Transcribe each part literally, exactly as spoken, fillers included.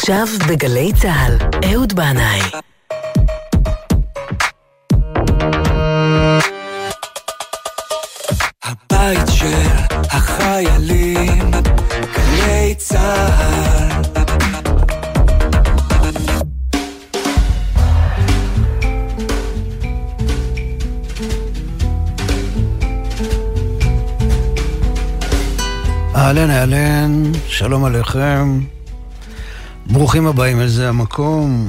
עכשיו בגלי צהל, אהוד בנאי. הבית של החיילים, גלי צהל. אהלן אהלן, שלום עליכם, ברוכים הבאים אל זה המקום.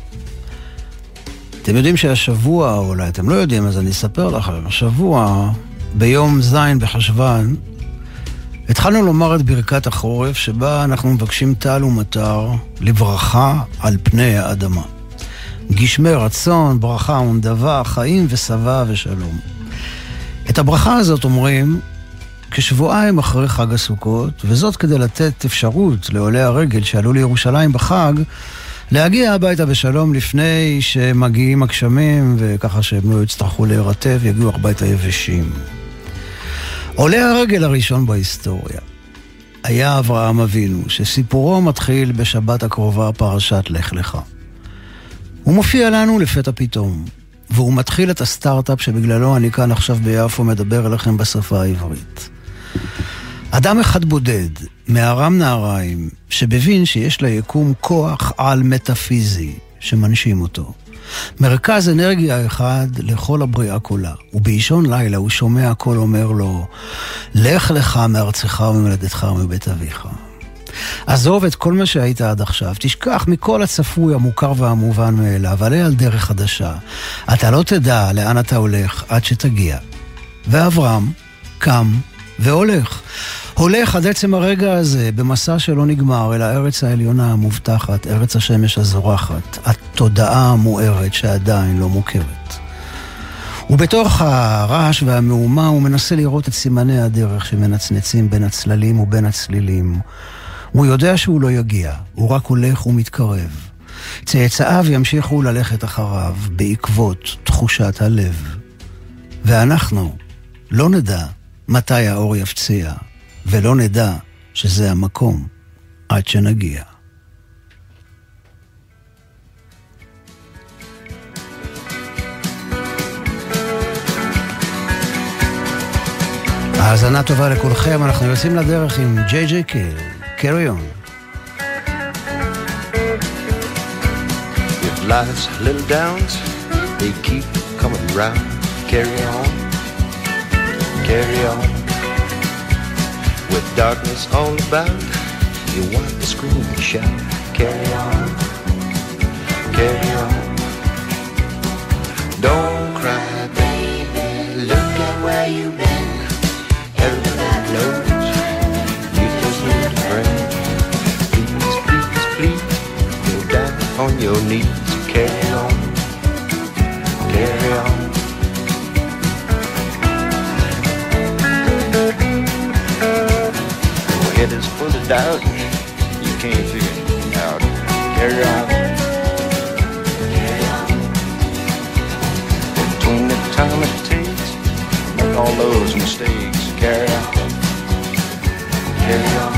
אתם יודעים שהשבוע, או אולי אתם לא יודעים, אז אני אספר לכם, השבוע ביום זין בחשוון התחלנו לומר את ברכת החורף, שבה אנחנו מבקשים טל ומטר לברכה על פני האדמה, גשמי רצון, ברכה ונדבה, חיים ושבע ושלום. את הברכה הזאת אומרים כשבועיים אחרי חג הסוכות, וזאת כדי לתת אפשרות לעולי הרגל שעלו לירושלים בחג להגיע הביתה בשלום לפני שמגיעים הגשמים, וככה שהם לא יצטרכו להירטב, יגיעו הביתה יבשים. עולי הרגל הראשון בהיסטוריה היה אברהם אבינו, שסיפורו מתחיל בשבת הקרובה, פרשת לך לך. הוא מופיע לנו לפתע פתאום, והוא מתחיל את הסטארט-אפ שבגללו אני כאן עכשיו ביפו מדבר אליכם בשפה העברית. אדם אחד בודד, מארם נהריים, שבבין שיש ליקום כוח על מטאפיזי שמנשים אותו. מרכז אנרגיה אחד לכל הבריאה כולה. ובאישון לילה הוא שומע הכל אומר לו, לך לך מארצך וממולדתך ומבית אביך. עזוב את כל מה שהיית עד עכשיו, תשכח מכל הצפוי המוכר והמובן מאליו, עלה על דרך חדשה. אתה לא תדע לאן אתה הולך עד שתגיע. ואברהם קם והולך. הולך עד עצם הרגע הזה, במסע שלא נגמר, אל הארץ העליונה המובטחת, ארץ השמש הזורחת, התודעה המוארת שעדיין לא מוכרת. ובתוך הרעש והמהומה הוא מנסה לראות את סימני הדרך שמנצנצים בין הצללים ובין הצלילים. הוא יודע שהוא לא יגיע, הוא רק הולך ומתקרב. צאצאיו ימשיכו ללכת אחריו בעקבות תחושת הלב. ואנחנו לא נדע מתי האור יפציע, ולא נדע שזה המקום עד שנגיע. האזנה טובה לכולכם, אנחנו יוצאים לדרך עם ג'יי ג'יי קיל, Carry On. If life's little downs, they keep coming round. Carry on, carry on. With darkness all about, you want to scream and shout. Carry on, carry on. Don't cry, baby, look at where you've been. Everybody knows you just need a friend. Please, please, please, go down on your knees. Carry on, carry on. Your head is full of doubt, you can't figure it out. Carry on, carry on. Between the time it takes, make all those mistakes. Carry on, carry on.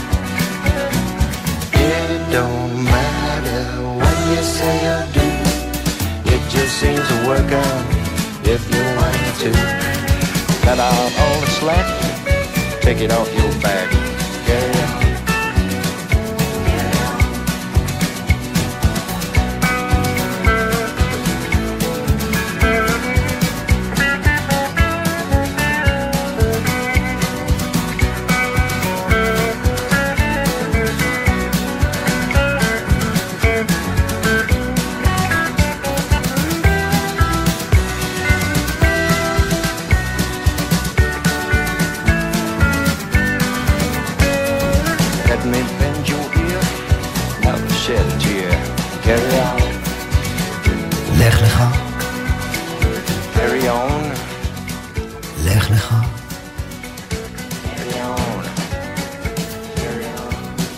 It don't matter what you say or do, it just seems to work out if you want to. Cut out all the slack, take it off your back. Carry on. לך לך. Carry on. לך לך. Carry on. Carry on.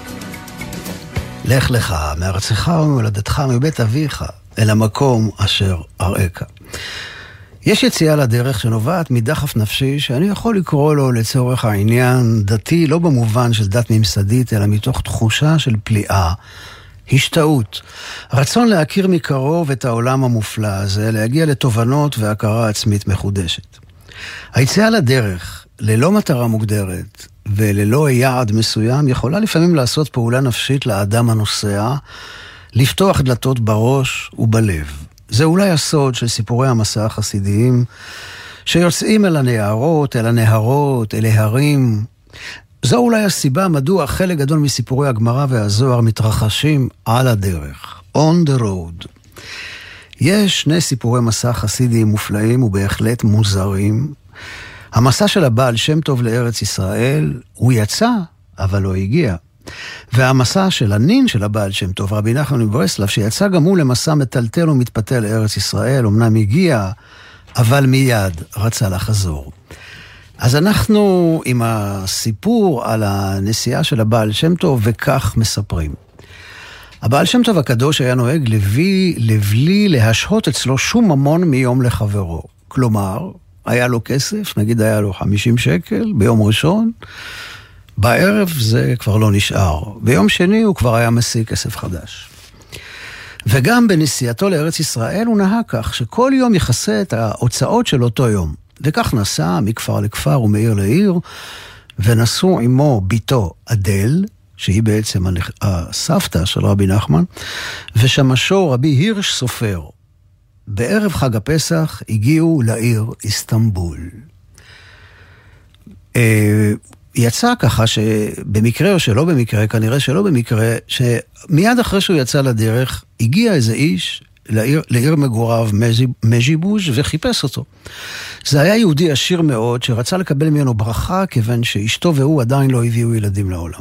לך לך מארצך וממולדתך מבית אביך אל המקום אשר אראך. יש יציאה לדרך שנובעת מדחף נפשי שאני יכול לקרוא לו לצורך העניין דתי, לא במובן של דת ממסדית, אלא מתוך תחושה של פליאה השתאות, רצון להכיר מקרוב את העולם המופלא הזה, להגיע לתובנות והכרה עצמית מחודשת. היציאה לדרך, ללא מטרה מוגדרת וללא יעד מסוים, יכולה לפעמים לעשות פעולה נפשית לאדם הנוסע, לפתוח דלתות בראש ובלב. זה אולי הסוד של סיפורי המסע החסידיים, שיוצאים אל הנהרות, אל הנהרות, אל ההרים. זו אולי הסיבה מדוע חלק גדול מסיפורי הגמרא והזוהר מתרחשים על הדרך, on the road. יש שני סיפורי מסע חסידיים מופלאים ובהחלט מוזרים. המסע של הבעל שם טוב לארץ ישראל, הוא יצא, אבל לא הגיע. והמסע של הנין של הבעל שם טוב, רבי נחמן מברסלב, שיצא גם הוא למסע מטלטל ומתפתל לארץ ישראל, אמנם הגיע, אבל מיד רצה לחזור. אז אנחנו עם הסיפור על הנסיעה של הבעל שם טוב, וכך מספרים. הבעל שם טוב הקדוש היה נוהג לבלי, לבלי להשהות אצלו שום ממון מיום לחברו. כלומר, היה לו כסף, נגיד היה לו חמישים שקל ביום ראשון, בערב זה כבר לא נשאר. ביום שני הוא כבר היה משיג כסף חדש. וגם בנסיעתו לארץ ישראל הוא נהג כך, שכל יום יכסה את ההוצאות של אותו יום. וכך נסע מכפר לכפר ומעיר לעיר, ונסעו עמו ביתו אדל, שהיא בעצם הסבתא של רבי נחמן, ושמשו רבי הירש סופר. בערב חג הפסח הגיעו לעיר איסטנבול. יצא ככה שבמקרה או שלא במקרה, כנראה שלא במקרה, שמיד אחרי שהוא יצא לדרך, הגיע איזה איש לעיר, לעיר מגוריו מז'יבוז' וחיפש אותו. זה היה יהודי עשיר מאוד שרצה לקבל ממנו ברכה, כיוון שאשתו והוא עדיין לא הביאו ילדים לעולם.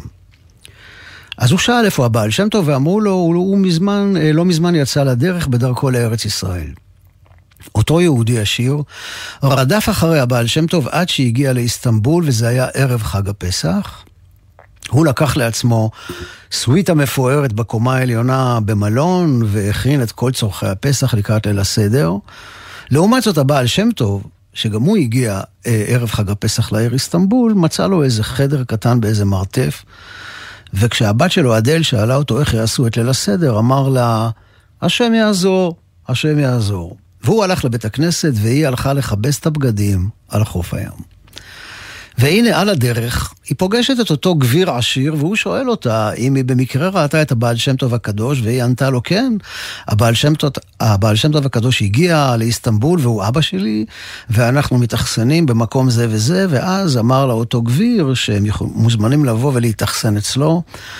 אז הוא שאל איפה הבעל שם טוב, ואמרו לו, הוא, הוא מזמן, לא מזמן יצא לדרך בדרכו לארץ ישראל. אותו יהודי עשיר רדף אחרי הבעל שם טוב עד שהגיע לאיסטנבול, וזה היה ערב חג הפסח. הוא לקח לעצמו סוויטה מפוארת בקומה העליונה במלון, והכין את כל צורכי הפסח לקראת ליל הסדר. לעומת זאת הבעל שם טוב, שגם הוא הגיע אה, ערב חג הפסח לעיר איסטנבול, מצא לו איזה חדר קטן באיזה מרתף, וכשהבת שלו אדל שאלה אותו איך יעשו את ליל הסדר, אמר לה, השם יעזור, השם יעזור. והוא הלך לבית הכנסת, והיא הלכה לחבש את הבגדים על חוף הים. והנה על הדרך, היא פוגשת את אותו גביר עשיר, והוא שואל אותה אם היא במקרה ראתה את הבעל שם טוב הקדוש, והיא ענתה לו כן, הבעל שם טוב, הבעל שם טוב הקדוש הגיע לאיסטנבול, והוא אבא שלי, ואנחנו מתאכסנים במקום זה וזה, ואז אמר לה אותו גביר, שהם מוזמנים לבוא ולהתאכסן אצלו,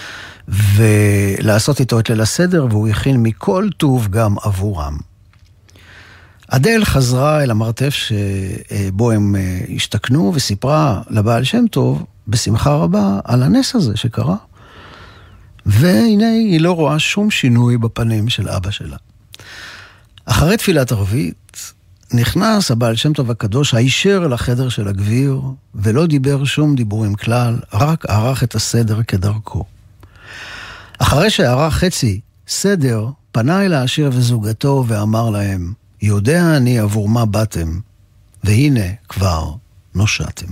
ולעשות איתו את ליל הסדר, והוא הכין מכל טוב גם עבורם. אדל חזרה אל המרתף שבו הם השתכנו, וסיפרה לבעל שם טוב בשמחה רבה על הנס הזה שקרה. והנה היא לא רואה שום שינוי בפנים של אבא שלה. אחרי תפילת ערבית נכנס הבעל שם טוב הקדוש הישר לחדר של הגביר, ולא דיבר שום דיבורים כלל, רק ערך את הסדר כדרכו. אחרי שערך חצי סדר, פנה אל העשיר וזוגתו ואמר להם, יודע אני עבור מה באתם, והנה כבר נושעתם.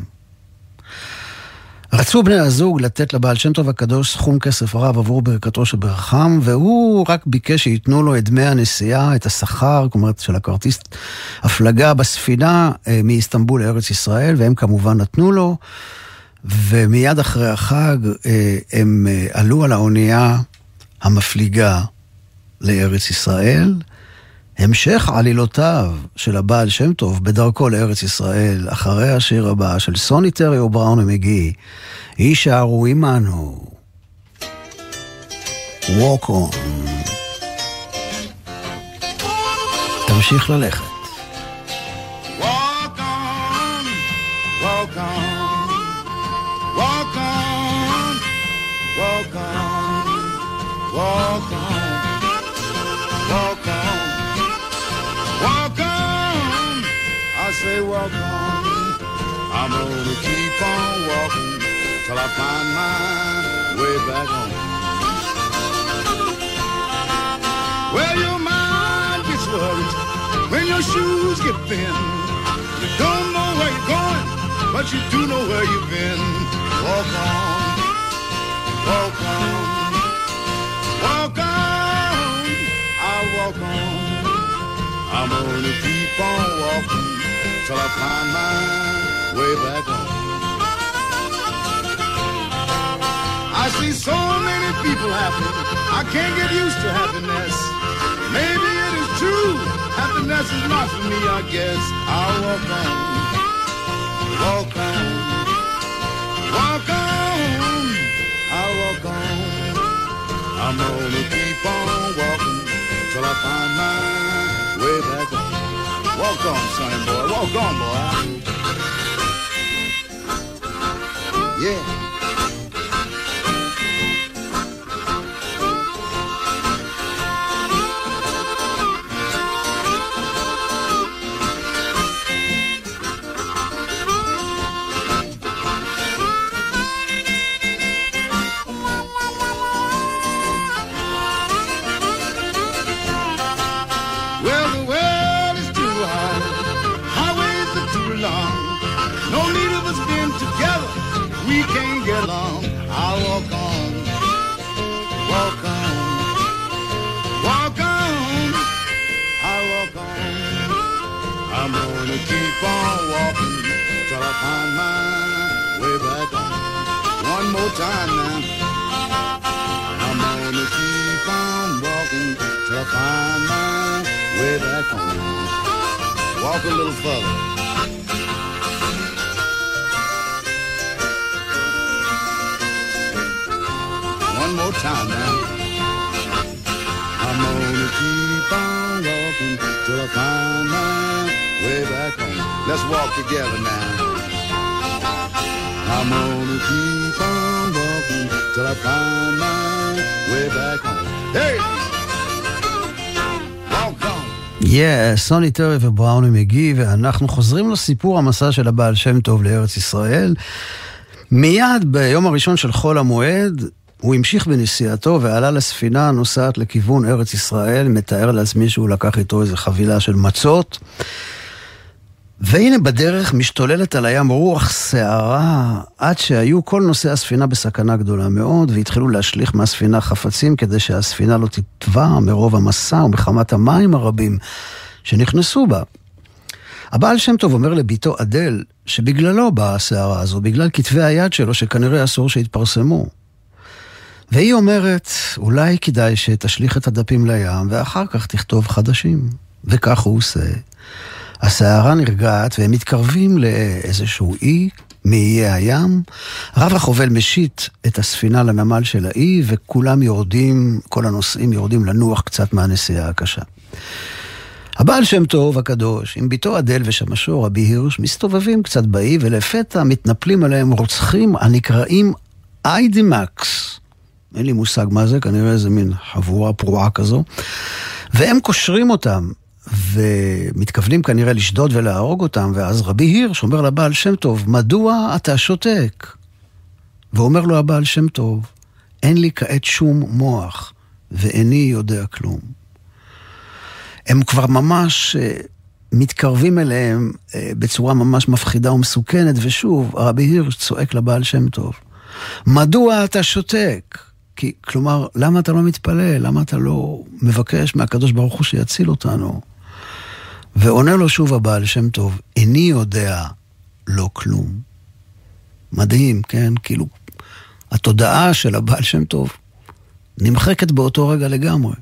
רצו בני הזוג לתת לבעל שם טוב הקדוש סכום כסף רב עבור ברכתו שברכם, והוא רק ביקש שיתנו לו את דמי הנסיעה, את השכר, כלומר של הכרטיס הפלגה בספינה מאיסטנבול לארץ ישראל, והם כמובן נתנו לו, ומיד אחרי החג הם עלו על האונייה המפליגה לארץ ישראל. המשך עלילותיו של הבעל שם טוב בדרכו לארץ ישראל, אחרי השיר הבא של סוני טריו בראון ומגי, יישארו עמנו. Walk on. תמשיך ללכת. Walk on, walk on, walk on, walk on, walk on, walk on. Walk on, I say walk on, I'm gonna keep on walking till I find my way back home. Well, your mind gets worried when your shoes get thin. You don't know where you're going, but you do know where you've been. Walk on, walk on, walk on. walk on. I'm gonna keep on walking till I find my way back home. I see so many people happy, I can't get used to happiness. Maybe it is true, happiness is not for me, I guess. I'll walk on, walk on, walk on, I'll walk on. I'm gonna keep on walking till I find my way back home. Walk on, sonny boy, walk on, boy. Yeah. Time now. I'm gonna keep on walking till I find my way back home. Walk a little further. One more time now. I'm gonna keep on walking till I find my way back home. Let's walk together now. I'm gonna keep on walking till I find my way back home. Hey! Walk on. Yeah, סוני טרי ובראוני מגי, ואנחנו חוזרים לסיפור המסע של הבעל שם טוב לארץ ישראל. מיד ביום הראשון של חול המועד, הוא המשיך בנסיעתו ועלה לספינה נוסעת לכיוון ארץ ישראל, מתאר לעצמי שהוא לקח איתו איזו חבילה של מצות, והנה בדרך משתוללת על הים רוח סערה, עד שהיו כל נושאי הספינה בסכנה גדולה מאוד, והתחילו להשליך מהספינה חפצים כדי שהספינה לא תטבע מרוב המסע ומחמת המים הרבים שנכנסו בה. הבעל שם טוב אומר לביתו אדל שבגללו באה הסערה הזו, בגלל כתבי היד שלו שכנראה אסור שהתפרסמו. והיא אומרת, אולי כדאי שתשליך את הדפים לים ואחר כך תכתוב חדשים. וכך הוא עושה. הסערה נרגעת והם מתקרבים לאיזשהו אי מאיי הים. רב החובל משיט את הספינה לנמל של האי, וכולם יורדים, כל הנוסעים יורדים לנוח קצת מהנסיעה הקשה. הבעל שם טוב הקדוש עם ביתו אדל ושמשו רבי הירש מסתובבים קצת באי, ולפתע מתנפלים עליהם רוצחים הנקראים איידימקס. אין לי מושג מה זה, כנראה איזה מין חבורה פרועה כזו. והם קושרים אותם ומתכוונים כנראה לשדוד ולהרוג אותם. ואז רבי הירש אומר לבעל שם טוב, מדוע אתה שותק? ואומר לו הבעל שם טוב, אין לי כעת שום מוח ואיני יודע כלום. הם כבר ממש מתקרבים אליהם בצורה ממש מפחידה ומסוכנת, ושוב רבי הירש צועק לבעל שם טוב, מדוע אתה שותק? כי, כלומר, למה אתה לא מתפלל? למה אתה לא מבקש מהקדוש ברוך הוא שיציל אותנו? ועונה לו שוב הבעל שם טוב, איני יודע לא כלום. מדהים, כן? כאילו, התודעה של הבעל שם טוב נמחקת באותו רגע לגמרי.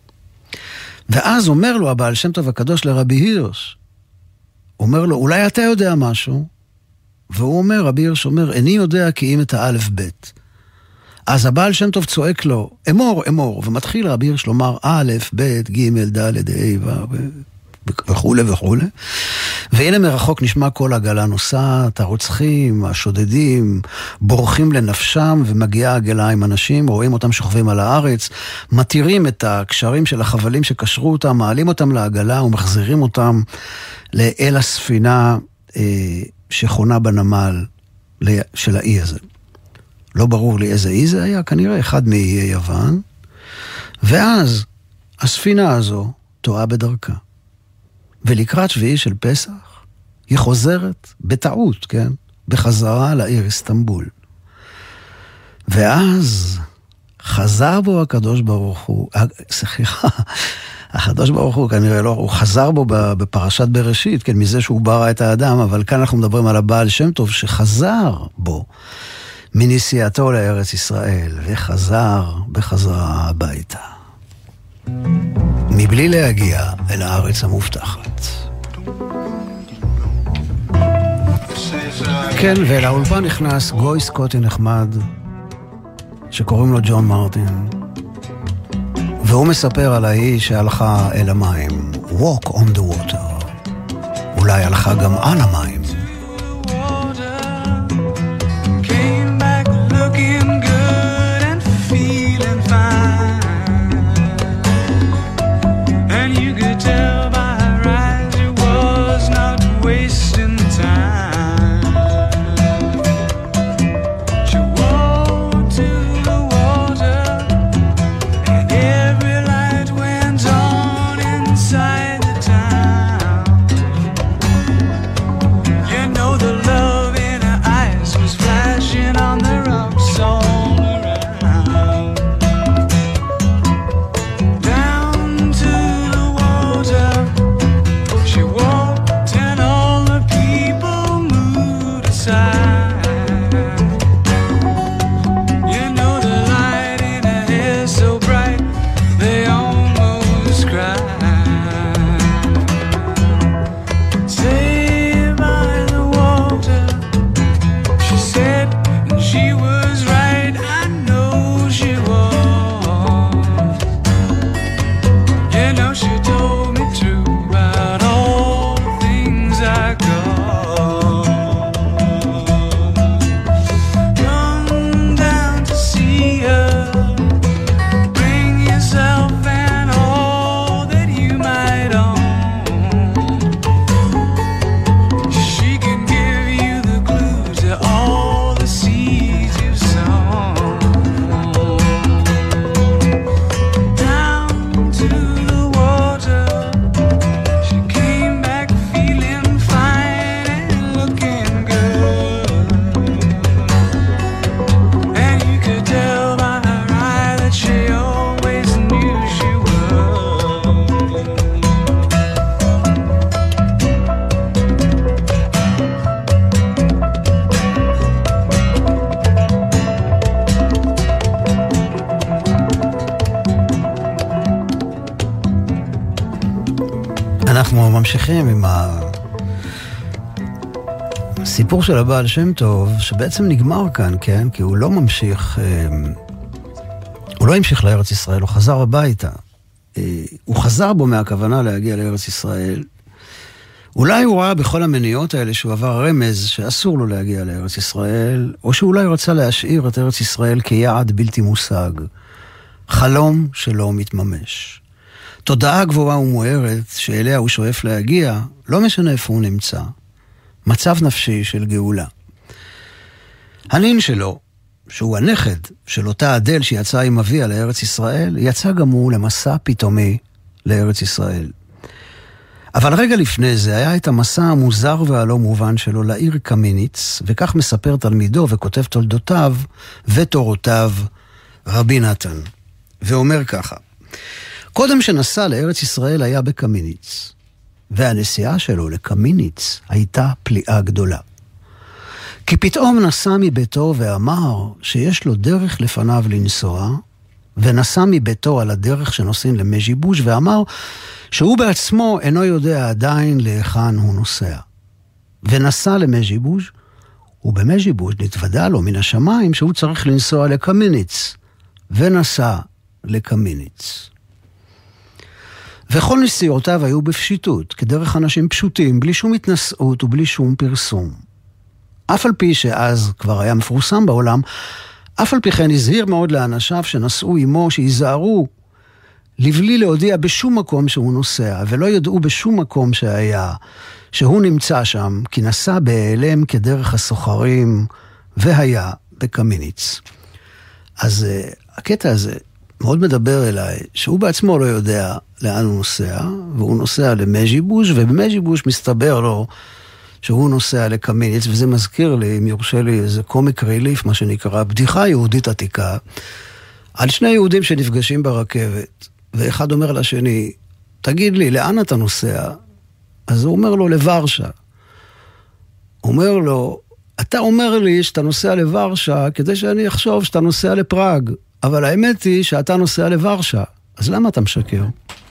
ואז אומר לו הבעל שם טוב הקדוש לרבי הירש, אומר לו, אולי אתה יודע משהו? והוא אומר, רבי הירש אומר, איני יודע כי אם את האלף בית. אז הבעל שם טוב צועק לו, אמור, אמור, ומתחיל רבי הירש לומר, א', ב', ג', ד', ה', וכו' וכו'. והנה מרחוק נשמע כל הגלה נוסעת, הרוצחים, השודדים, בורחים לנפשם, ומגיעה הגלה עם אנשים, רואים אותם שוכבים על הארץ, מתירים את הקשרים של החבלים שקשרו אותם, מעלים אותם לעגלה ומחזירים אותם לאל הספינה אה, שחונה בנמל של האי הזה. לא ברור לי איזה אי זה היה, כנראה אחד מאיי יוון. ואז הספינה הזו טועה בדרכה. ולקראת שביעי של פסח, היא חוזרת בטעות, כן? בחזרה לעיר איסטנבול. ואז חזר בו הקדוש ברוך הוא, סליחה, הקדוש ברוך הוא כנראה לא, הוא חזר בו בפרשת בראשית, כן, מזה שהוא ברא את האדם, אבל כאן אנחנו מדברים על הבעל שם טוב שחזר בו מנסיעתו לארץ ישראל, וחזר בחזרה הביתה. מבלי להגיע אל הארץ המובטחת. כן, ואל האולפן נכנס גוי סקוטי נחמד, שקוראים לו ג'ון מרטין, והוא מספר על ההיא שהלכה אל המים, walk on the water, אולי הלכה גם על המים. אנחנו ממשיכים עם הסיפור של הבעל שם טוב, שבעצם נגמר כאן, כן? כי הוא לא ממשיך, הוא לא המשיך לארץ ישראל, הוא חזר הביתה. הוא חזר בו מהכוונה להגיע לארץ ישראל. אולי הוא ראה בכל המניות האלה שהוא עבר רמז שאסור לו להגיע לארץ ישראל, או שאולי רצה להשאיר את ארץ ישראל כיעד בלתי מושג. חלום שלא מתממש. תודעה גבוהה ומוארת שאליה הוא שואף להגיע, לא משנה איפה הוא נמצא. מצב נפשי של גאולה. הנין שלו, שהוא הנכד של אותה אדל שיצא עם אביה לארץ ישראל, יצא גם הוא למסע פתאומי לארץ ישראל. אבל רגע לפני זה היה את המסע המוזר והלא מובן שלו לעיר קמיניץ, וכך מספר תלמידו וכותב תולדותיו ותורותיו רבי נתן. ואומר ככה, קודם שנסע לארץ ישראל היה בקמיניץ, והנסיעה שלו לקמיניץ הייתה פליאה גדולה. כי פתאום נסע מביתו ואמר שיש לו דרך לפניו לנסוע, ונסע מביתו על הדרך שנוסעים למז'יבוש, ואמר שהוא בעצמו אינו יודע עדיין להיכן הוא נוסע. ונסע למז'יבוש, ובמז'יבוש נתוודע לו מן השמיים שהוא צריך לנסוע לקמיניץ, ונסע לקמיניץ. וכל נסיעותיו היו בפשיטות, כדרך אנשים פשוטים, בלי שום התנסות ובלי שום פרסום. אף על פי שאז כבר היה מפורסם בעולם, אף על פי כן הזהיר מאוד לאנשיו שנסעו עמו, שיזהרו לבלי להודיע בשום מקום שהוא נוסע, ולא ידעו בשום מקום שהיה, שהוא נמצא שם, כי נסע בהיעלם כדרך הסוחרים, והיה בקמיניץ. אז uh, הקטע הזה מאוד מדבר אליי, שהוא בעצמו לא יודע לאן הוא נוסע, והוא נוסע למז'יבוש, ובמז'יבוש מסתבר לו שהוא נוסע לקמיניץ, וזה מזכיר לי, אם יורשה לי, איזה קומיק ריליף, מה שנקרא, בדיחה יהודית עתיקה, על שני יהודים שנפגשים ברכבת, ואחד אומר לשני, תגיד לי, לאן אתה נוסע? אז הוא אומר לו, לוורשה. הוא אומר לו, אתה אומר לי שאתה נוסע לוורשה, כדי שאני אחשוב שאתה נוסע לפראג, אבל האמת היא שאתה נוסע לוורשה, אז למה אתה משקר?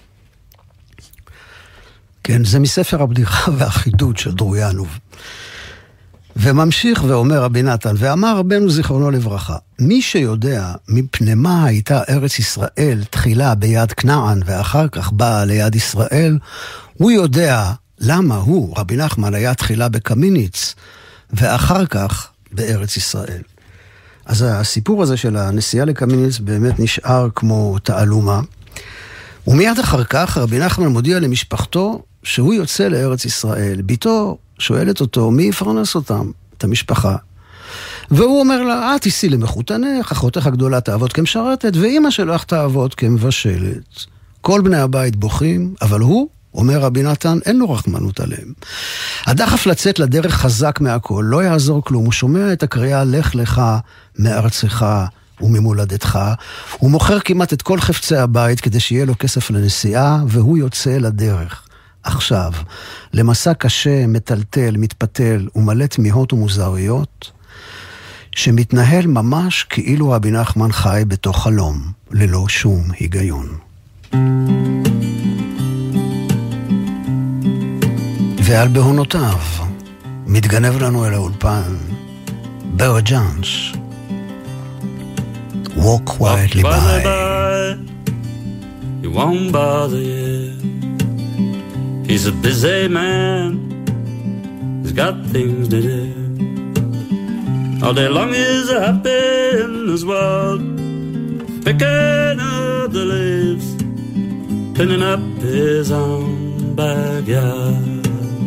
כן, זה מספר הבדיחה והחידוד של דרויאנוב. וממשיך ואומר רבי נתן, ואמר רבנו זיכרונו לברכה, מי שיודע מפני מה הייתה ארץ ישראל תחילה ביד כנען ואחר כך באה ליד ישראל, הוא יודע למה הוא, רבי נחמן, היה תחילה בקמיניץ ואחר כך בארץ ישראל. אז הסיפור הזה של הנסיעה לקמיניץ באמת נשאר כמו תעלומה, ומיד אחר כך רבי נחמן מודיע למשפחתו שהוא יוצא לארץ ישראל. ביתו שואלת אותו, מי יפרנס אותם? את המשפחה. והוא אומר לה, אה, תיסי למחותנך, אחותך הגדולה תעבוד כמשרתת, ואמא שלך תעבוד כמבשלת. כל בני הבית בוכים, אבל הוא, אומר רבי נתן, אין לו רחמנות עליהם. הדחף לצאת לדרך חזק מהכל, לא יעזור כלום, הוא שומע את הקריאה, לך לך מארצך וממולדתך, הוא מוכר כמעט את כל חפצי הבית כדי שיהיה לו כסף לנסיעה, והוא יוצא לדרך. עכשיו, למסע קשה, מטלטל, מתפתל ומלא תמיהות ומוזריות, שמתנהל ממש כאילו רבי נחמן חי בתוך חלום, ללא שום היגיון. ועל בהונותיו מתגנב לנו אל האולפן בר ג'אנס, Walk quietly by. You won't bother you. He's a busy man, he's got things to do. All day long he's happy in his world, picking up the leaves, cleaning up his own backyard.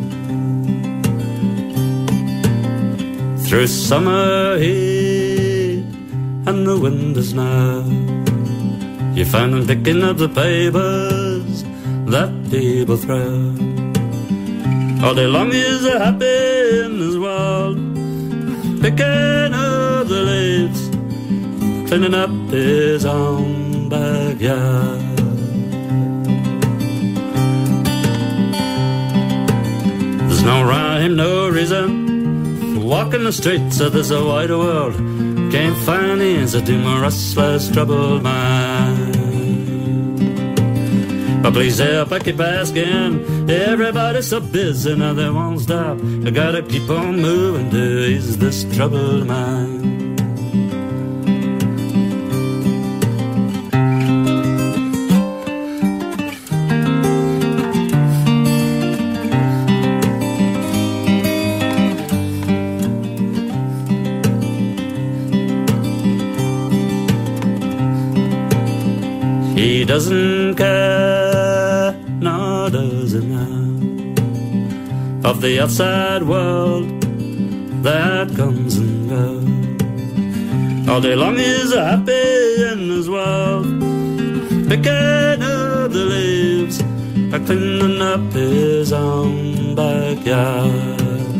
Through summer heat and the winter snow, you find him picking up the papers that people throw. All day long he's happy in his world, picking up the leaves, cleaning up his own backyard. There's no rhyme, no reason, walking the streets of this wider world, can't find the answer to my restless, troubled mind. But please help, I keep asking, everybody's so busy now they won't stop. I gotta keep on moving to ease this troubled mind. He doesn't care, nor does he now, of the outside world that comes and goes. All day long he's happy in his world, picking up the leaves, cleaning up his own backyard.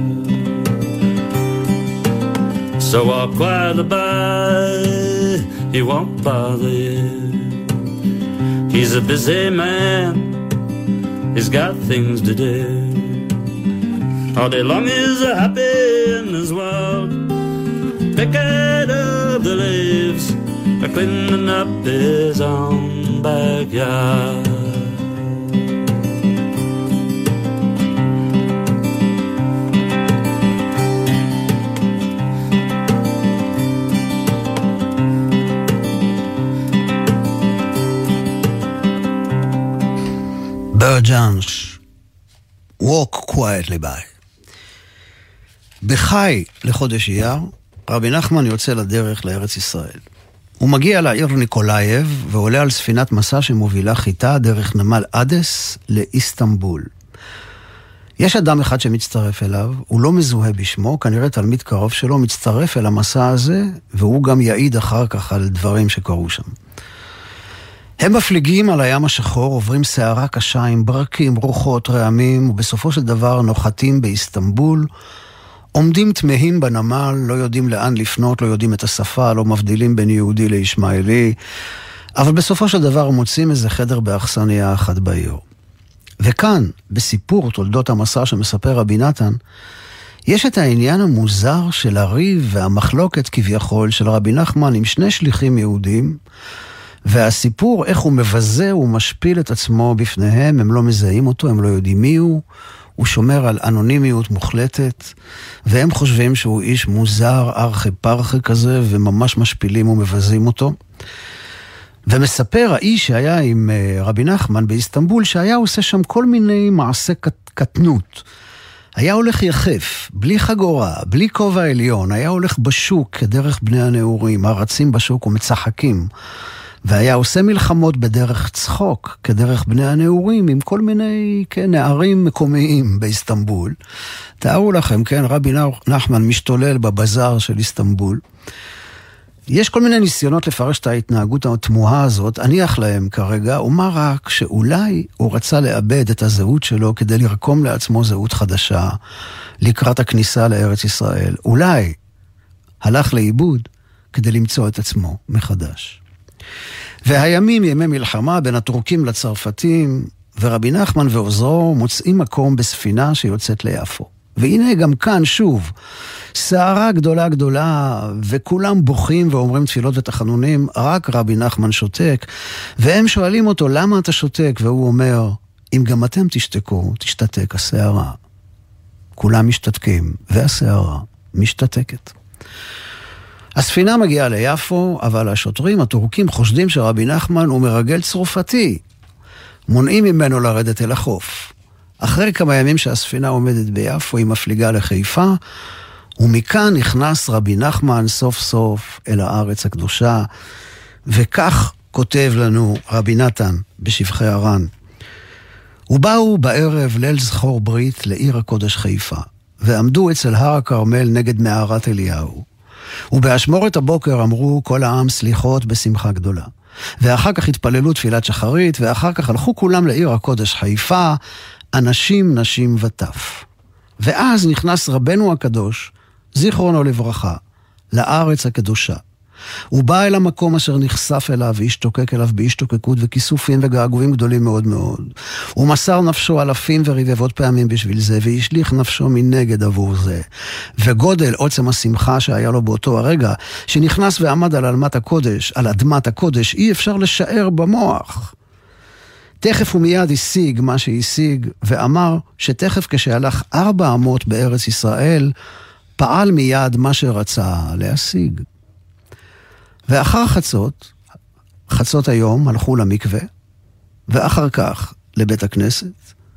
So walk quietly by, he won't bother you. He's a busy man, he's got things to do. All day long he's happy in his world, picking up the leaves, cleaning up his own backyard. בר ג'אנס, Walk quietly by. בחי לחודש אייר, רבי נחמן יוצא לדרך לארץ ישראל. הוא מגיע לעיר ניקולאייב ועולה על ספינת מסע שמובילה חיטה דרך נמל אדס לאיסטנבול. יש אדם אחד שמצטרף אליו, הוא לא מזוהה בשמו, כנראה תלמיד קרוב שלו מצטרף אל המסע הזה, והוא גם יעיד אחר כך על דברים שקרו שם. הם מפליגים על הים השחור, עוברים סערה קשה עם ברקים, רוחות, רעמים, ובסופו של דבר נוחתים באיסטנבול, עומדים תמהים בנמל, לא יודעים לאן לפנות, לא יודעים את השפה, לא מבדילים בין יהודי לישמעאלי, אבל בסופו של דבר מוצאים איזה חדר באכסניה אחת בעיר. וכאן, בסיפור תולדות המסע שמספר רבי נתן, יש את העניין המוזר של הריב והמחלוקת כביכול של רבי נחמן עם שני שליחים יהודים, והסיפור איך הוא מבזה ומשפיל את עצמו בפניהם, הם לא מזהים אותו, הם לא יודעים מי הוא, הוא שומר על אנונימיות מוחלטת, והם חושבים שהוא איש מוזר, ארכי פרחי כזה, וממש משפילים ומבזים אותו. ומספר האיש שהיה עם רבי נחמן באיסטנבול, שהיה עושה שם כל מיני מעשה קטנות. היה הולך יחף, בלי חגורה, בלי כובע עליון, היה הולך בשוק כדרך בני הנעורים, הרצים בשוק ומצחקים. והיה עושה מלחמות בדרך צחוק, כדרך בני הנעורים, עם כל מיני כן, נערים מקומיים באיסטנבול. תארו לכם, כן, רבי נחמן משתולל בבזאר של איסטנבול. יש כל מיני ניסיונות לפרש את ההתנהגות התמוהה הזאת, אניח להם כרגע, אומר רק שאולי הוא רצה לאבד את הזהות שלו כדי לרקום לעצמו זהות חדשה לקראת הכניסה לארץ ישראל. אולי הלך לאיבוד כדי למצוא את עצמו מחדש. והימים ימי מלחמה בין הטורקים לצרפתים, ורבי נחמן ועוזרו מוצאים מקום בספינה שיוצאת ליפו. והנה גם כאן שוב, שערה גדולה גדולה, וכולם בוכים ואומרים תפילות ותחנונים, רק רבי נחמן שותק, והם שואלים אותו למה אתה שותק, והוא אומר, אם גם אתם תשתקו, תשתתק השערה. כולם משתתקים, והשערה משתתקת. הספינה מגיעה ליפו, אבל השוטרים הטורקים חושדים שרבי נחמן הוא מרגל צרפתי, מונעים ממנו לרדת אל החוף. אחרי כמה ימים שהספינה עומדת ביפו, היא מפליגה לחיפה, ומכאן נכנס רבי נחמן סוף סוף אל הארץ הקדושה, וכך כותב לנו רבי נתן בשבחי הר"ן. ובאו בערב ליל זכור ברית לעיר הקודש חיפה, ועמדו אצל הר הכרמל נגד מערת אליהו. ובאשמורת הבוקר אמרו כל העם סליחות בשמחה גדולה. ואחר כך התפללו תפילת שחרית, ואחר כך הלכו כולם לעיר הקודש חיפה, אנשים, נשים וטף. ואז נכנס רבנו הקדוש, זיכרונו לברכה, לארץ הקדושה. הוא בא אל המקום אשר נחשף אליו, והשתוקק אליו בהשתוקקות וכיסופים וגעגועים גדולים מאוד מאוד. הוא מסר נפשו אלפים ורבבות פעמים בשביל זה, והשליך נפשו מנגד עבור זה. וגודל עוצם השמחה שהיה לו באותו הרגע, שנכנס ועמד על אדמת הקודש, על אדמת הקודש, אי אפשר לשער במוח. תכף ומיד השיג מה שהשיג, ואמר שתכף כשהלך ארבע אמות בארץ ישראל, פעל מיד מה שרצה להשיג. ואחר חצות, חצות היום, הלכו למקווה, ואחר כך לבית הכנסת,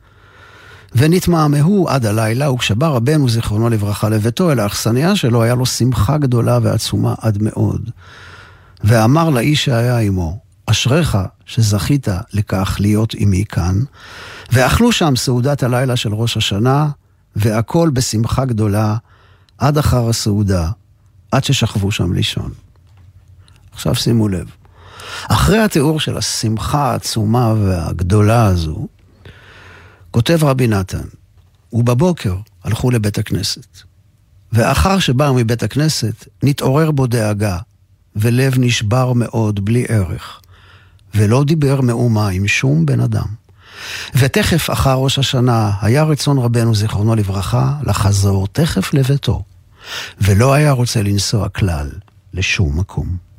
ונתמהמהו עד הלילה, וכשבא רבנו זיכרונו לברכה לביתו אל האכסניה שלו, היה לו שמחה גדולה ועצומה עד מאוד. ואמר לאיש שהיה עמו, אשריך שזכית לכך להיות עמי כאן, ואכלו שם סעודת הלילה של ראש השנה, והכל בשמחה גדולה, עד אחר הסעודה, עד ששכבו שם לישון. עכשיו שימו לב, אחרי התיאור של השמחה העצומה והגדולה הזו, כותב רבי נתן, ובבוקר הלכו לבית הכנסת, ואחר שבאו מבית הכנסת, נתעורר בו דאגה, ולב נשבר מאוד בלי ערך, ולא דיבר מאומה עם שום בן אדם. ותכף אחר ראש השנה, היה רצון רבנו זיכרונו לברכה, לחזור תכף לביתו, ולא היה רוצה לנסוע כלל לשום מקום.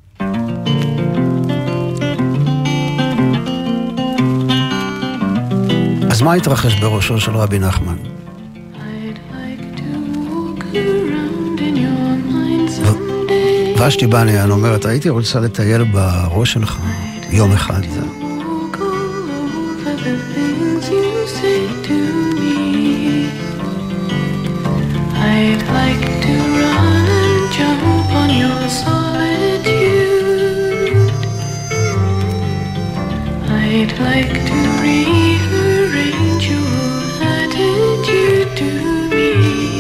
אז מה התרחש בראשו של רבי נחמן? ושתי בניאן אומרת, הייתי רוצה לטייל בראש שלך יום אחד. I'd like to run and jump on your solitude. I'd like to rearrange your attitude to me.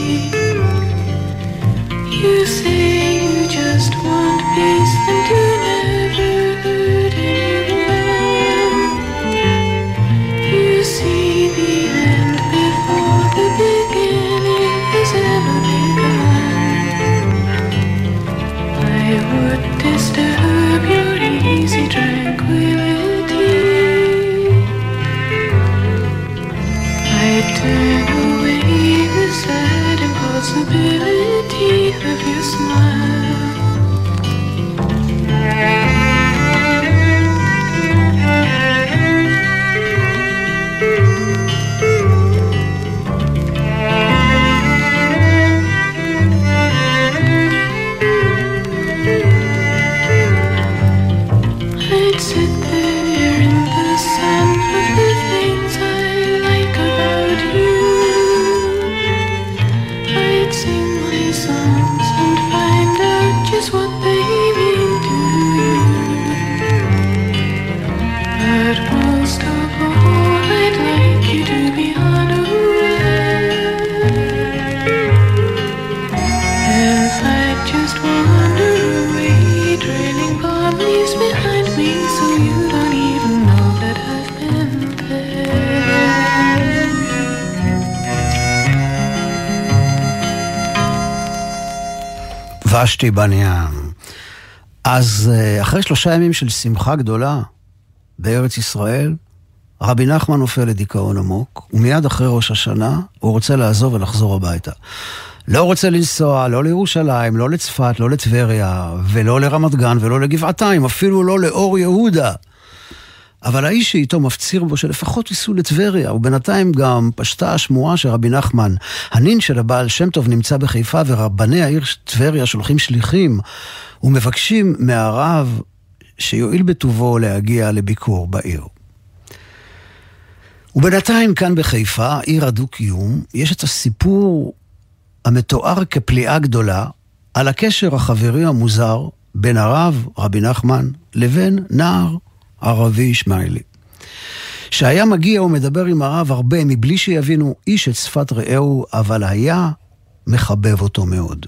You say you just want peace and you never hurt anyone. You see the end before the beginning has ever begun. ושתי בניין. אז אחרי שלושה ימים של שמחה גדולה בארץ ישראל, רבי נחמן נופל לדיכאון עמוק, ומיד אחרי ראש השנה הוא רוצה לעזוב ולחזור הביתה. לא רוצה לנסוע, לא לירושלים, לא לצפת, לא לטבריה, ולא לרמת גן, ולא לגבעתיים, אפילו לא לאור יהודה. אבל האיש שאיתו מפציר בו שלפחות ייסעו לטבריה, ובינתיים גם פשטה השמועה שרבי נחמן, הנין של הבעל שם טוב, נמצא בחיפה, ורבני העיר טבריה שולחים שליחים, ומבקשים מהרב שיועיל בטובו להגיע לביקור בעיר. ובינתיים כאן בחיפה, עיר הדו-קיום, יש את הסיפור המתואר כפליאה גדולה על הקשר החברי המוזר בין הרב רבי נחמן לבין נער ערבי ישמעאלי, שהיה מגיע ומדבר עם הרב הרבה מבלי שיבינו איש את שפת רעהו, אבל היה מחבב אותו מאוד.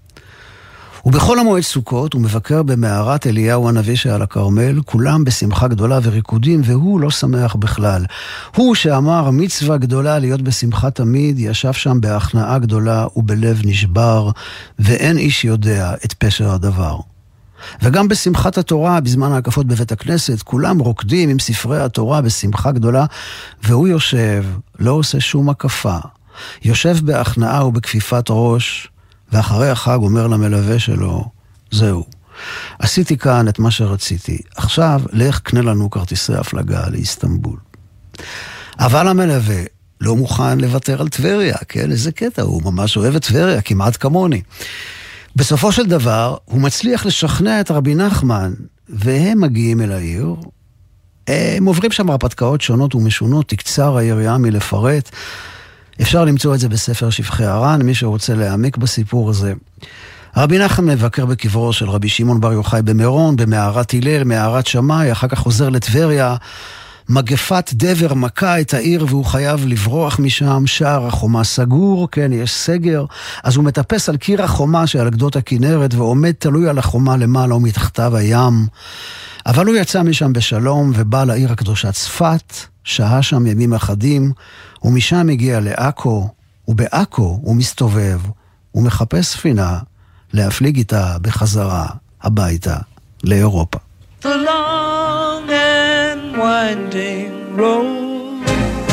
ובכל המועד סוכות הוא מבקר במערת אליהו הנביא שעל הכרמל, כולם בשמחה גדולה וריקודים, והוא לא שמח בכלל. הוא שאמר מצווה גדולה להיות בשמחה תמיד, ישב שם בהכנעה גדולה ובלב נשבר, ואין איש יודע את פשר הדבר. וגם בשמחת התורה, בזמן ההקפות בבית הכנסת, כולם רוקדים עם ספרי התורה בשמחה גדולה, והוא יושב, לא עושה שום הקפה, יושב בהכנעה ובכפיפת ראש, ואחרי החג אומר למלווה שלו, זהו, עשיתי כאן את מה שרציתי, עכשיו לך קנה לנו כרטיסי הפלגה לאיסטנבול. אבל המלווה לא מוכן לוותר על טבריה, כן? איזה קטע, הוא ממש אוהב את טבריה, כמעט כמוני. בסופו של דבר, הוא מצליח לשכנע את רבי נחמן, והם מגיעים אל העיר, הם עוברים שם הרפתקאות שונות ומשונות, תקצר היריעה מלפרט, אפשר למצוא את זה בספר שבחי הר"ן, מי שרוצה להעמיק בסיפור הזה. רבי נחמן מבקר בקברו של רבי שמעון בר יוחאי במירון, במערת הלל, מערת שמאי, אחר כך חוזר לטבריה, מגפת דבר מכה את העיר והוא חייב לברוח משם, שער החומה סגור, כן, יש סגר, אז הוא מטפס על קיר החומה שעל גדות הכנרת ועומד תלוי על החומה למעלה ומתחתיו הים, אבל הוא יצא משם בשלום ובא לעיר הקדושה צפת, שהה שם ימים אחדים, ומשם הגיע לעכו, ובעכו הוא מסתובב, ומחפש ספינה להפליג איתה בחזרה הביתה לאירופה. The long and winding road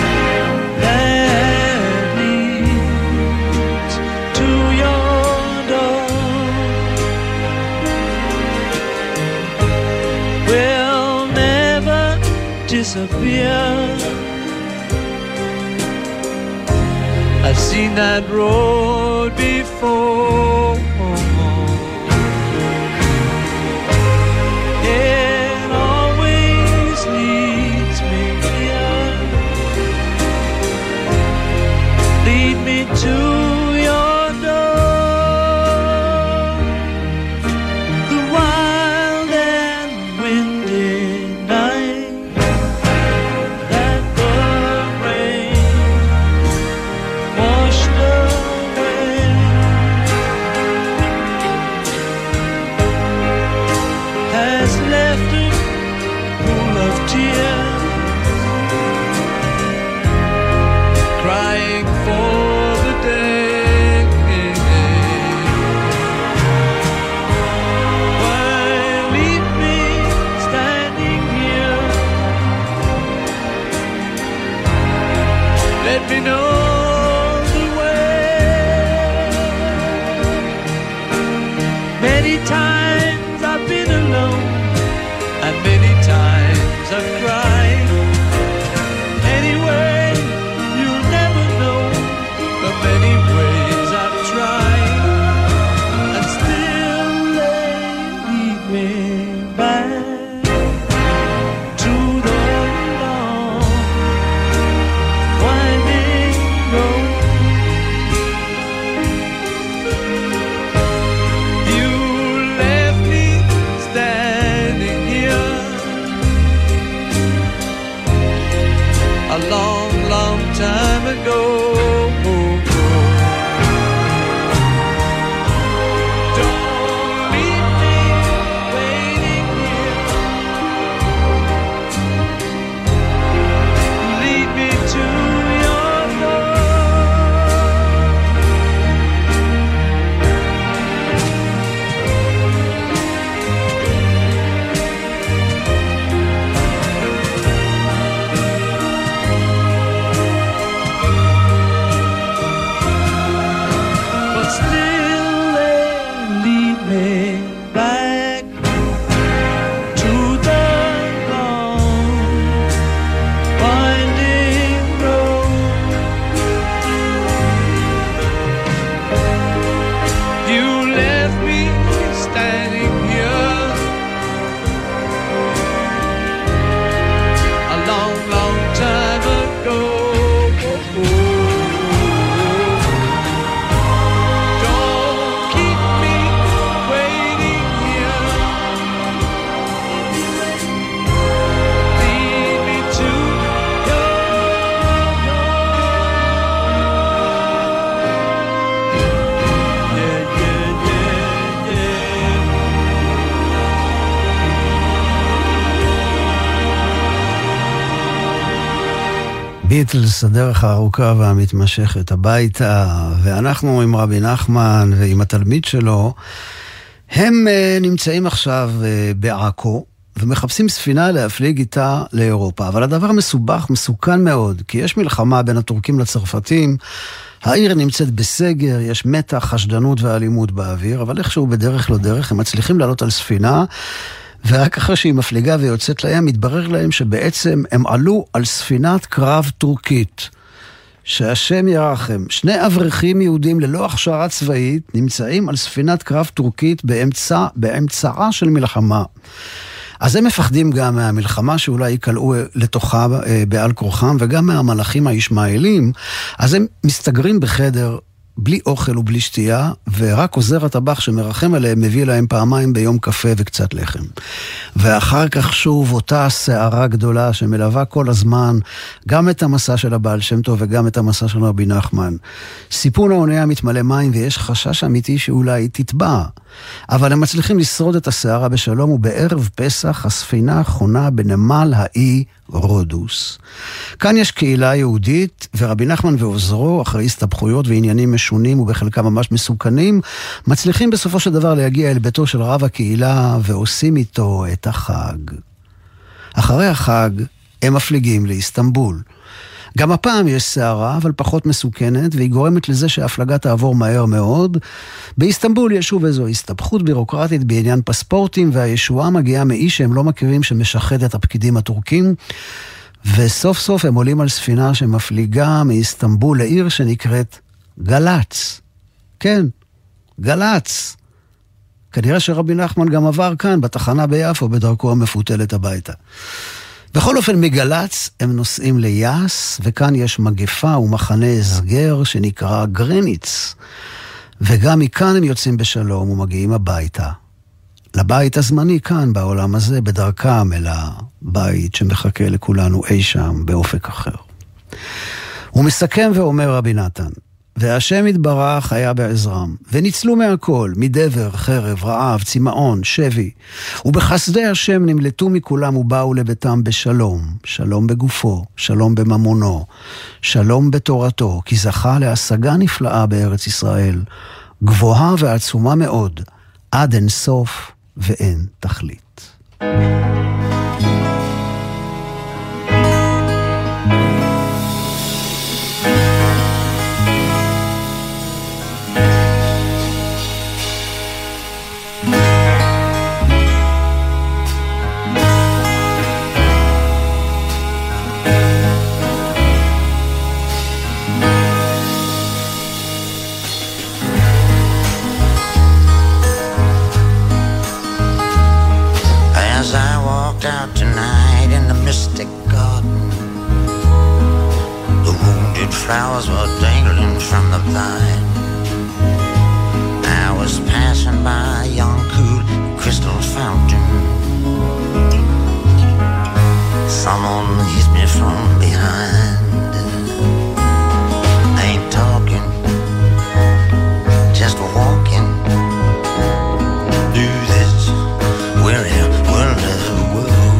that leads to your door will never disappear. I've seen that road before. It always leads me here. Lead me to your door. The wild and windy night that the rain washed away, has left a pool of tears, crying for the day why leave me standing here? Let me know the way. Many times I've been alone, and many times I've cried. Anyway, you'll never know the many ways I've tried, and still they lead me back to the long winding road. You left me standing here a long, long time ago. Don't leave me waiting here. Lead me to your door. ביטלס, הדרך הארוכה והמתמשכת הביתה, ואנחנו עם רבי נחמן ועם התלמיד שלו, הם נמצאים עכשיו בעכו, ומחפשים ספינה להפליג איתה לאירופה. אבל הדבר מסובך, מסוכן מאוד, כי יש מלחמה בין הטורקים לצרפתים, העיר נמצאת בסגר, יש מתח, חשדנות ואלימות באוויר, אבל איכשהו בדרך לא דרך, הם מצליחים לעלות על ספינה, ורק אחרי שהיא מפליגה ויוצאת לים, מתברר להם שבעצם הם עלו על ספינת קרב טורקית. שהשם ירחם, שני אברכים יהודים ללא הכשרה צבאית, נמצאים על ספינת קרב טורקית באמצע, באמצעה של מלחמה. אז הם מפחדים גם מהמלחמה שאולי יקלעו לתוכה בעל כורחם, וגם מהמלאכים הישמעאלים, אז הם מסתגרים בחדר בלי אוכל ובלי שתייה, ורק עוזר הטבח שמרחם עליהם מביא להם פעמיים ביום קפה וקצת לחם. ואחר כך שוב אותה שערה גדולה שמלווה כל הזמן, גם את המסע של הבעל שם טוב וגם את המסע של רבי נחמן. סיפון האונייה מתמלא מים ויש חשש אמיתי שאולי תטבע. אבל הם מצליחים לשרוד את השערה בשלום, ובערב פסח הספינה חונה בנמל האי רודוס. כאן יש קהילה יהודית, ורבי נחמן ועוזרו, אחרי הסתבכויות ועניינים משונים ובחלקם ממש מסוכנים, מצליחים בסופו של דבר להגיע אל ביתו של רב הקהילה, ועושים איתו את החג. אחרי החג הם מפליגים לאיסטנבול. גם הפעם יש שערה, אבל פחות מסוכנת, והיא גורמת לזה שההפלגה תעבור מהר מאוד. באיסטנבול יש שוב איזו הסתבכות בירוקרטית בעניין פספורטים, והישועה מגיעה מאיש שהם לא מכירים שמשחד את הפקידים הטורקים, וסוף סוף הם עולים על ספינה שמפליגה מאיסטנבול לעיר שנקראת גלץ. כן, גלץ. כנראה שרבי נחמן גם עבר כאן, בתחנה ביפו, בדרכו המפותלת הביתה. בכל אופן מגלץ הם נוסעים ליאס, וכאן יש מגפה ומחנה הסגר שנקרא גרניץ. וגם מכאן הם יוצאים בשלום ומגיעים הביתה. לבית הזמני כאן בעולם הזה, בדרכם אל הבית שמחכה לכולנו אי שם באופק אחר. הוא מסכם ואומר רבי נתן, והשם יתברך היה בעזרם, וניצלו מהכל, מדבר, חרב, רעב, צמאון, שבי, ובחסדי השם נמלטו מכולם ובאו לביתם בשלום, שלום בגופו, שלום בממונו, שלום בתורתו, כי זכה להשגה נפלאה בארץ ישראל, גבוהה ועצומה מאוד, עד אין סוף ואין תכלית. Flowers were dangling from the vine. I was passing by a young cool crystal fountain. Someone hit me from behind. I ain't talking, just walking through this weary world of the world.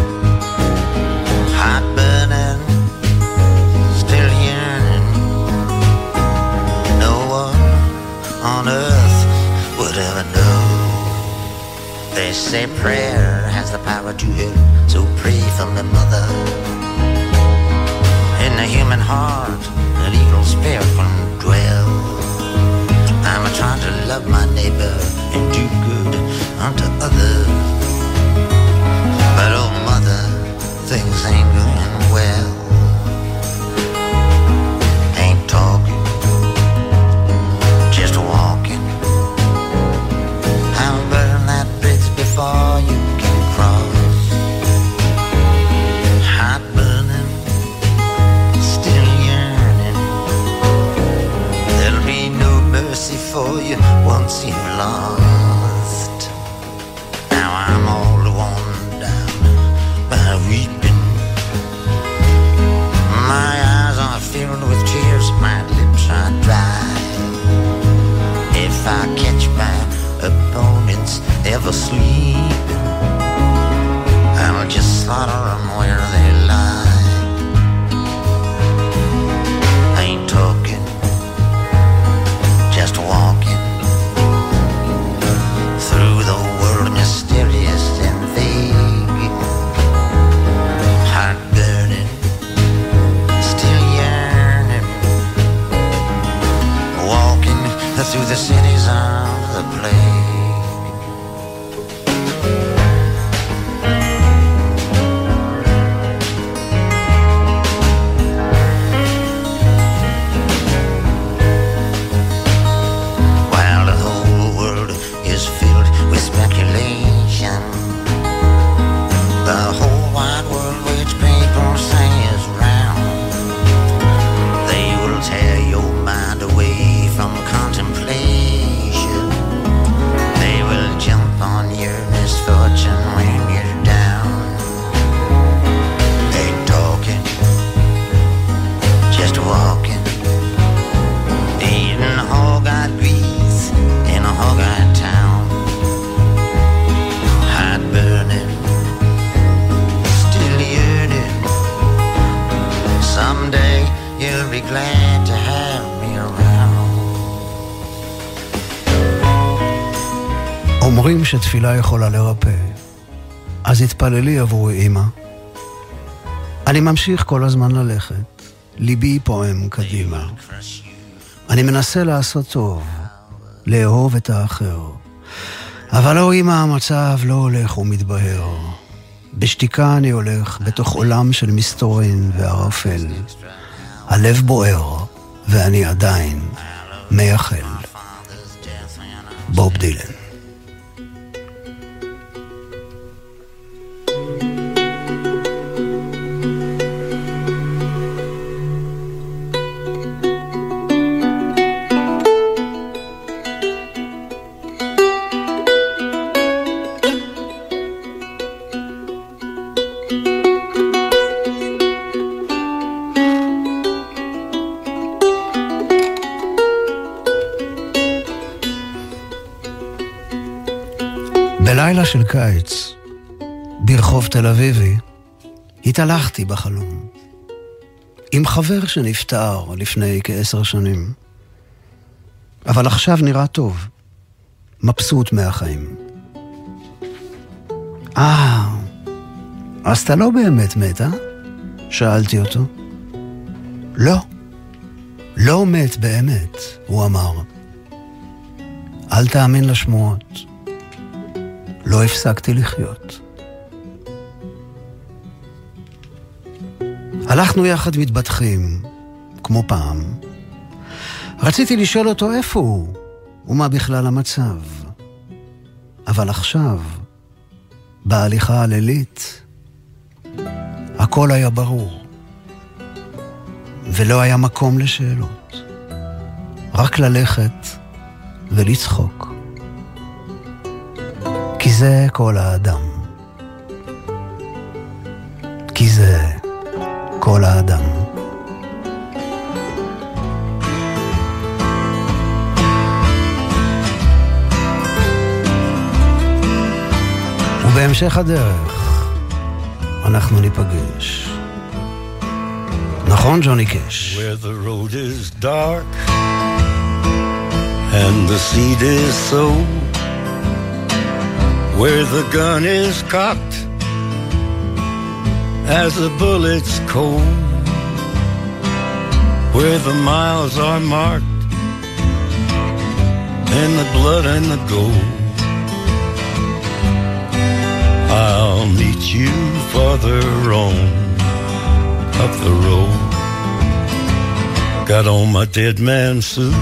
Hot burning, still yearning. No one on earth would ever know. They say prayer has the power to heal, so pray for my mother. In the human heart, an evil spirit can dwell. I'm trying to love my neighbor and do good unto others. But oh mother, things ain't going well. Ain't talking, just walking. I'll burn that bridge before you can cross. Hot burning, still yearning. There'll be no mercy for you once you've lost. Now I'm all worn down by weeping. glad to have me around. אומרים שתפילה יכולה לרפא, אז התפללי עבור אמא. אני ממשיך כל הזמן ללכת, ליבי פועם קדימה. אני מנסה לעשות טוב, לאהוב את האחר. אבל לא אמא, המצב לא הולך ומתבהר. בשתיקה אני הולך בתוך עולם של מסתורין וערפל. הלב בוער ואני עדיין מייחל. בוב דילן. בלילה של קיץ, ברחוב תל אביבי, התהלכתי בחלום. עם חבר שנפטר לפני כעשר שנים. אבל עכשיו נראה טוב, מבסוט מהחיים. אה, אז אתה לא באמת מת, אה? שאלתי אותו. לא, לא מת באמת, הוא אמר. אל תאמין לשמועות. לא הפסקתי לחיות. הלכנו יחד מתבטחים, כמו פעם. רציתי לשאול אותו איפה הוא, ומה בכלל המצב. אבל עכשיו, בהליכה הלילית, הכל היה ברור. ולא היה מקום לשאלות. רק ללכת ולצחוק. כי זה כל האדם. כי זה כל האדם. ובהמשך הדרך אנחנו ניפגש. נכון, ג'וני קש? Where the road is dark and the seed is sown, where the gun is cocked as the bullets cold, where the miles are marked in the blood and the gold. I'll meet you farther on up the road. Got on my dead man suit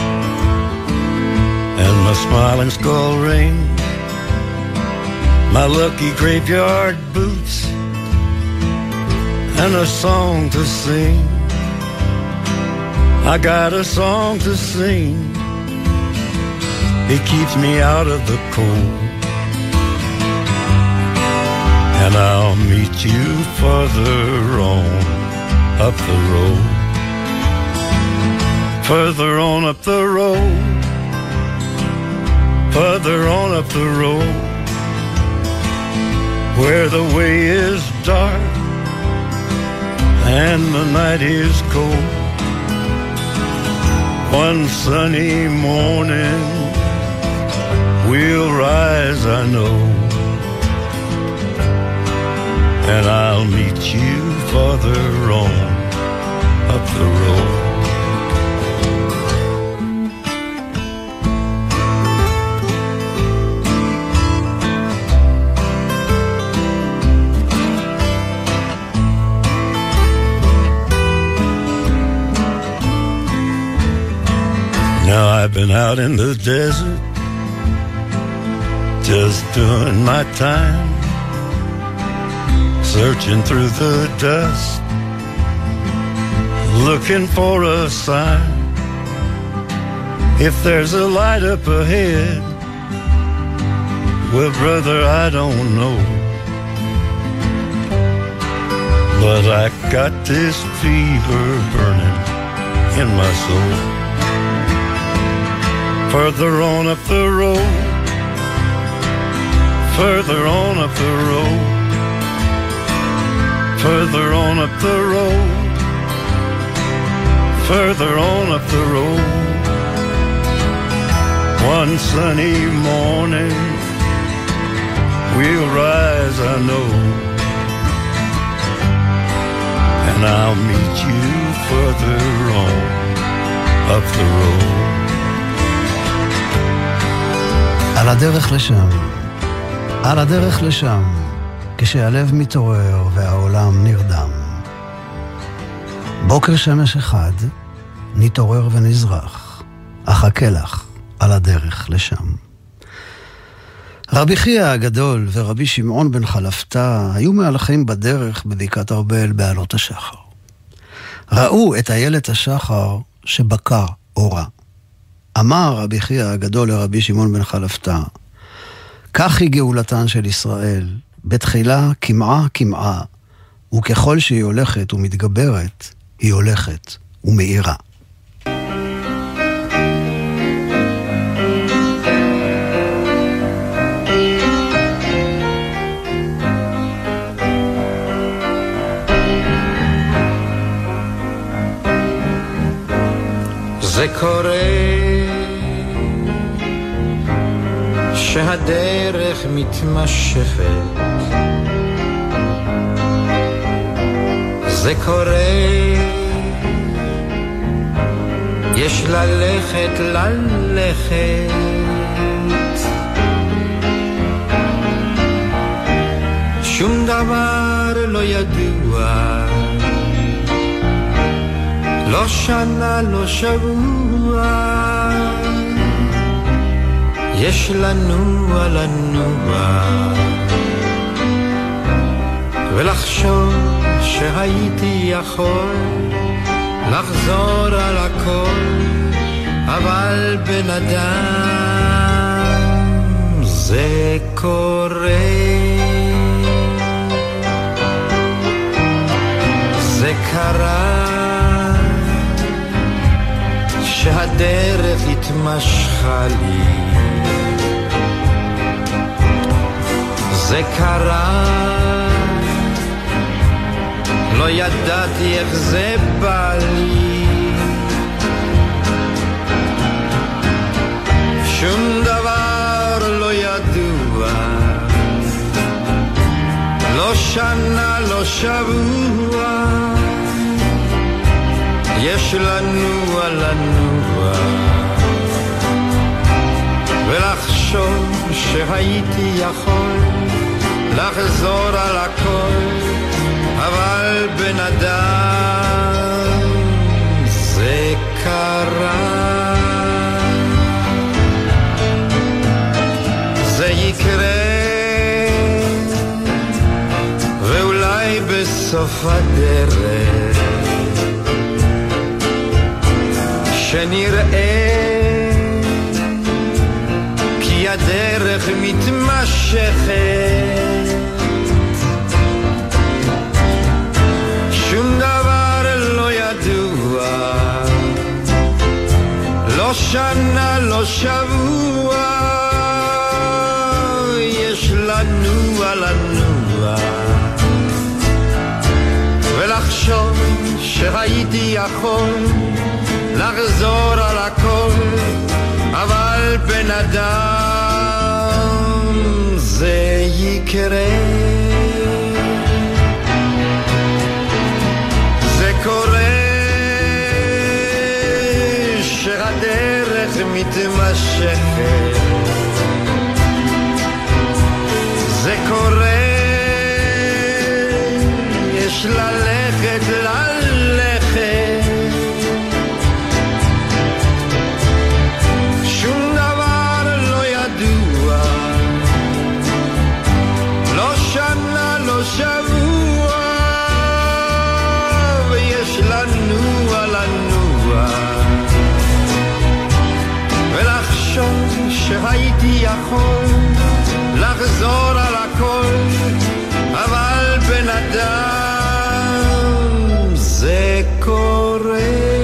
and my smiling skull ring, my lucky graveyard boots, and a song to sing. I got a song to sing. It keeps me out of the cold. And I'll meet you further on up the road. Further on up the road. Further on up the road, where the way is dark and the night is cold. One sunny morning we'll rise, I know, and I'll meet you farther on up the road. Now I've been out in the desert, just doing my time, searching through the dust, looking for a sign. If there's a light up ahead, well, brother, I don't know, but I got this fever burning in my soul. Further on up the road, further on up the road, further on up the road, further on up the road. One sunny morning we'll rise, I know, and I'll meet you further on up the road. על הדרך לשם, על הדרך לשם, כשהלב מתעורר והעולם נרדם. בוקר שמש אחד, נתעורר ונזרח, אחכה לך על הדרך לשם. רבי חייא הגדול ורבי שמעון בן חלפתא היו מהלכים בדרך בבקעת ארבל בעלות השחר. ראו את איילת השחר שבקע אורה. אמר רבי חייא הגדול לרבי שמעון בן חלפתא, כך היא גאולתן של ישראל, בתחילה כמעה כמעה, וככל שהיא הולכת ומתגברת, היא הולכת ומאירה. זה קורה שהדרך מתמשכת, זה קורה יש ללכת ללכת, שום דבר לא ידוע, לא שנה, לא שבוע, יש לנוע לנוע, ולחשוב שהייתי יכול לחזור על הכל, אבל בן אדם זה קורה, זה קרה שהדרך התמשכה לי, זה קרה לא ידעתי איך זה בא לי, שום דבר לא ידוע, לא שנה, לא שבוע, יש לנוע לנוע, ולחשוב שהייתי יכול לחזור על הכל, אבל בן אדם זה קרה, זה יקרה, ואולי בסוף הדרך שנראה, כי הדרך מתמשכת, שום דבר לא ידוע, לא שנה, לא שבוע, יש לנוע לנוע, ולחשוב שהייתי יכול לחזור על הכל, אבל בן אדם זה יקרה, זה קורה שהדרך מתמשכת, זה קורה יש ללכת ללכת, שום דבר לא ידוע, לא שנה, לא שבוע, ויש לנוע לנוע, ולחשוב שהייתי יכול לחזור על הכל, אבל בן אדם זה קורה,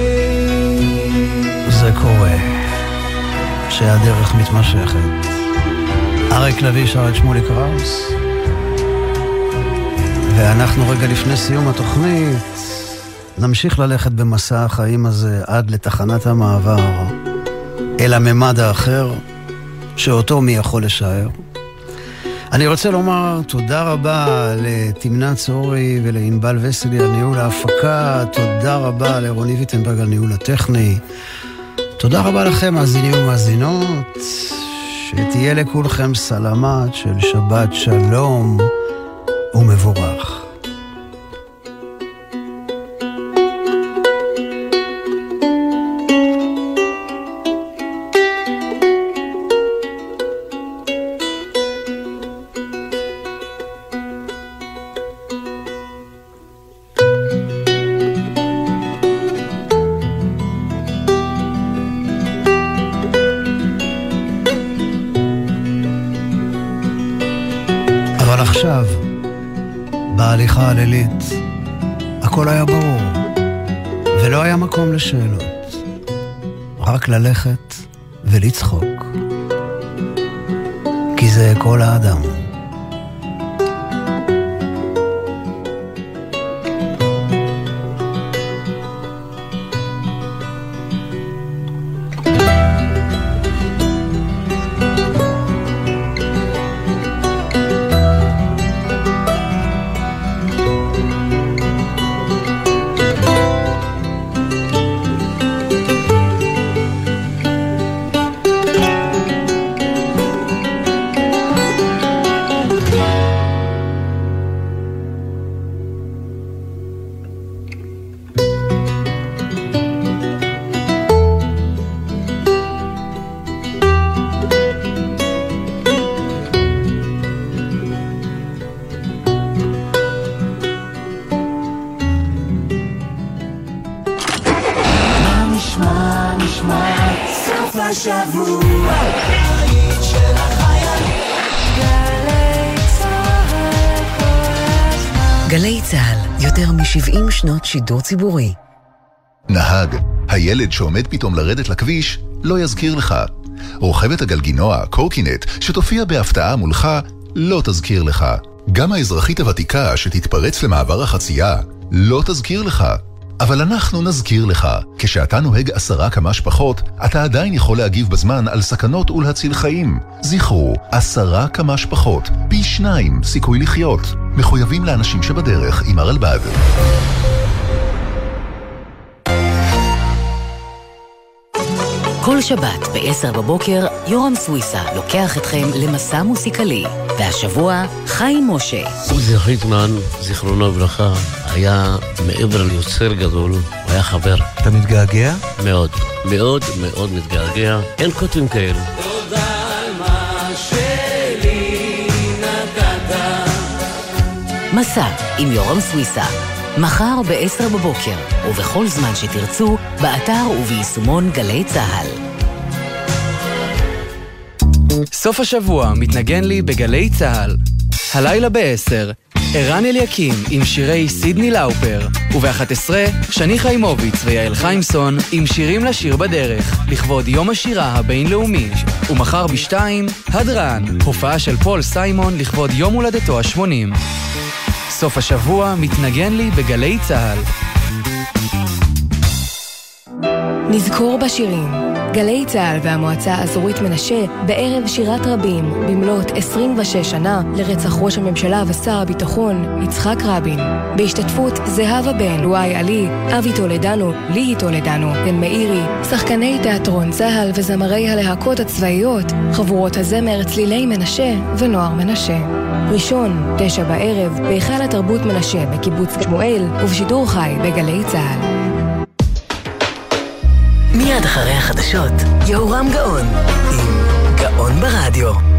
זה קורה שהדרך מתמשכת. אריק לוי שר את שמוליק ראוס, ואנחנו רגע לפני סיום התוכנית נמשיך ללכת במסע החיים הזה עד לתחנת המעבר, אל הממד האחר, שאותו מי יכול לשער. אני רוצה לומר תודה רבה לתמנה צורי ולענבל וסלי על ניהול ההפקה, תודה רבה לרוני ויטנברג על ניהול הטכני, תודה רבה לכם מאזינים ומאזינות, שתהיה לכולכם סלמת של שבת שלום ומבורך. עכשיו, בהליכה הלילית, הכל היה ברור, ולא היה מקום לשאלות, רק ללכת ולצחוק, כי זה כל האדם. גלי צהל, יותר מ-שבעים שנות שידור ציבורי. נהג, הילד שעומד פתאום לרדת לכביש, לא יזכיר לך. רוכבת הגלגינוע, קורקינט, שתופיע בהפתעה מולך, לא תזכיר לך. גם האזרחית הוותיקה שתתפרץ למעבר החצייה, לא תזכיר לך. אבל אנחנו נזכיר לך, כשאתה נוהג עשרה כמש פחות, אתה עדיין יכול להגיב בזמן על סכנות ולהציל חיים. זכרו, עשרה כמש פחות, פי שניים סיכוי לחיות. מחויבים לאנשים שבדרך עם הרלב"ד. כל שבת ב-עשר בבוקר, יורם סוויסה לוקח אתכם למסע מוסיקלי. והשבוע, חיים משה. עוזי חיטמן, זיכרונו לברכה, היה מעבר ליוצר גדול, הוא היה חבר. אתה מתגעגע? מאוד, מאוד מאוד מתגעגע. אין כותבים כאלה. תודה על מה שלי נתת. מסע עם יורם סוויסה. מחר ב-עשר בבוקר, ובכל זמן שתרצו, באתר וביישומון גלי צהל. סוף השבוע מתנגן לי בגלי צהל. הלילה ב-עשר, ערן אליקים עם שירי סידני לאופר, וב-אחת עשרה, שני חיימוביץ ויעל חיימסון עם שירים לשיר בדרך, לכבוד יום השירה הבינלאומי. ומחר בשתיים, הדרן, הופעה של פול סיימון לכבוד יום הולדתו ה-שמונים. סוף השבוע מתנגן לי בגלי צהל. נזכור בשירים. גלי צהל והמועצה האזורית מנשה בערב שירת רבים במלאת עשרים ושש שנה לרצח ראש הממשלה ושר הביטחון יצחק רבין. בהשתתפות זהבה בן, לואי עלי, אבי תולדנו, ליהי תולדנו, בן מאירי, שחקני תיאטרון צהל וזמרי הלהקות הצבאיות, חבורות הזמר צלילי מנשה ונוער מנשה. ראשון, תשע בערב, בהיכל התרבות מנשה בקיבוץ שמואל ובשידור חי בגלי צהל. מיד אחרי החדשות, יהורם גאון עם גאון ברדיו.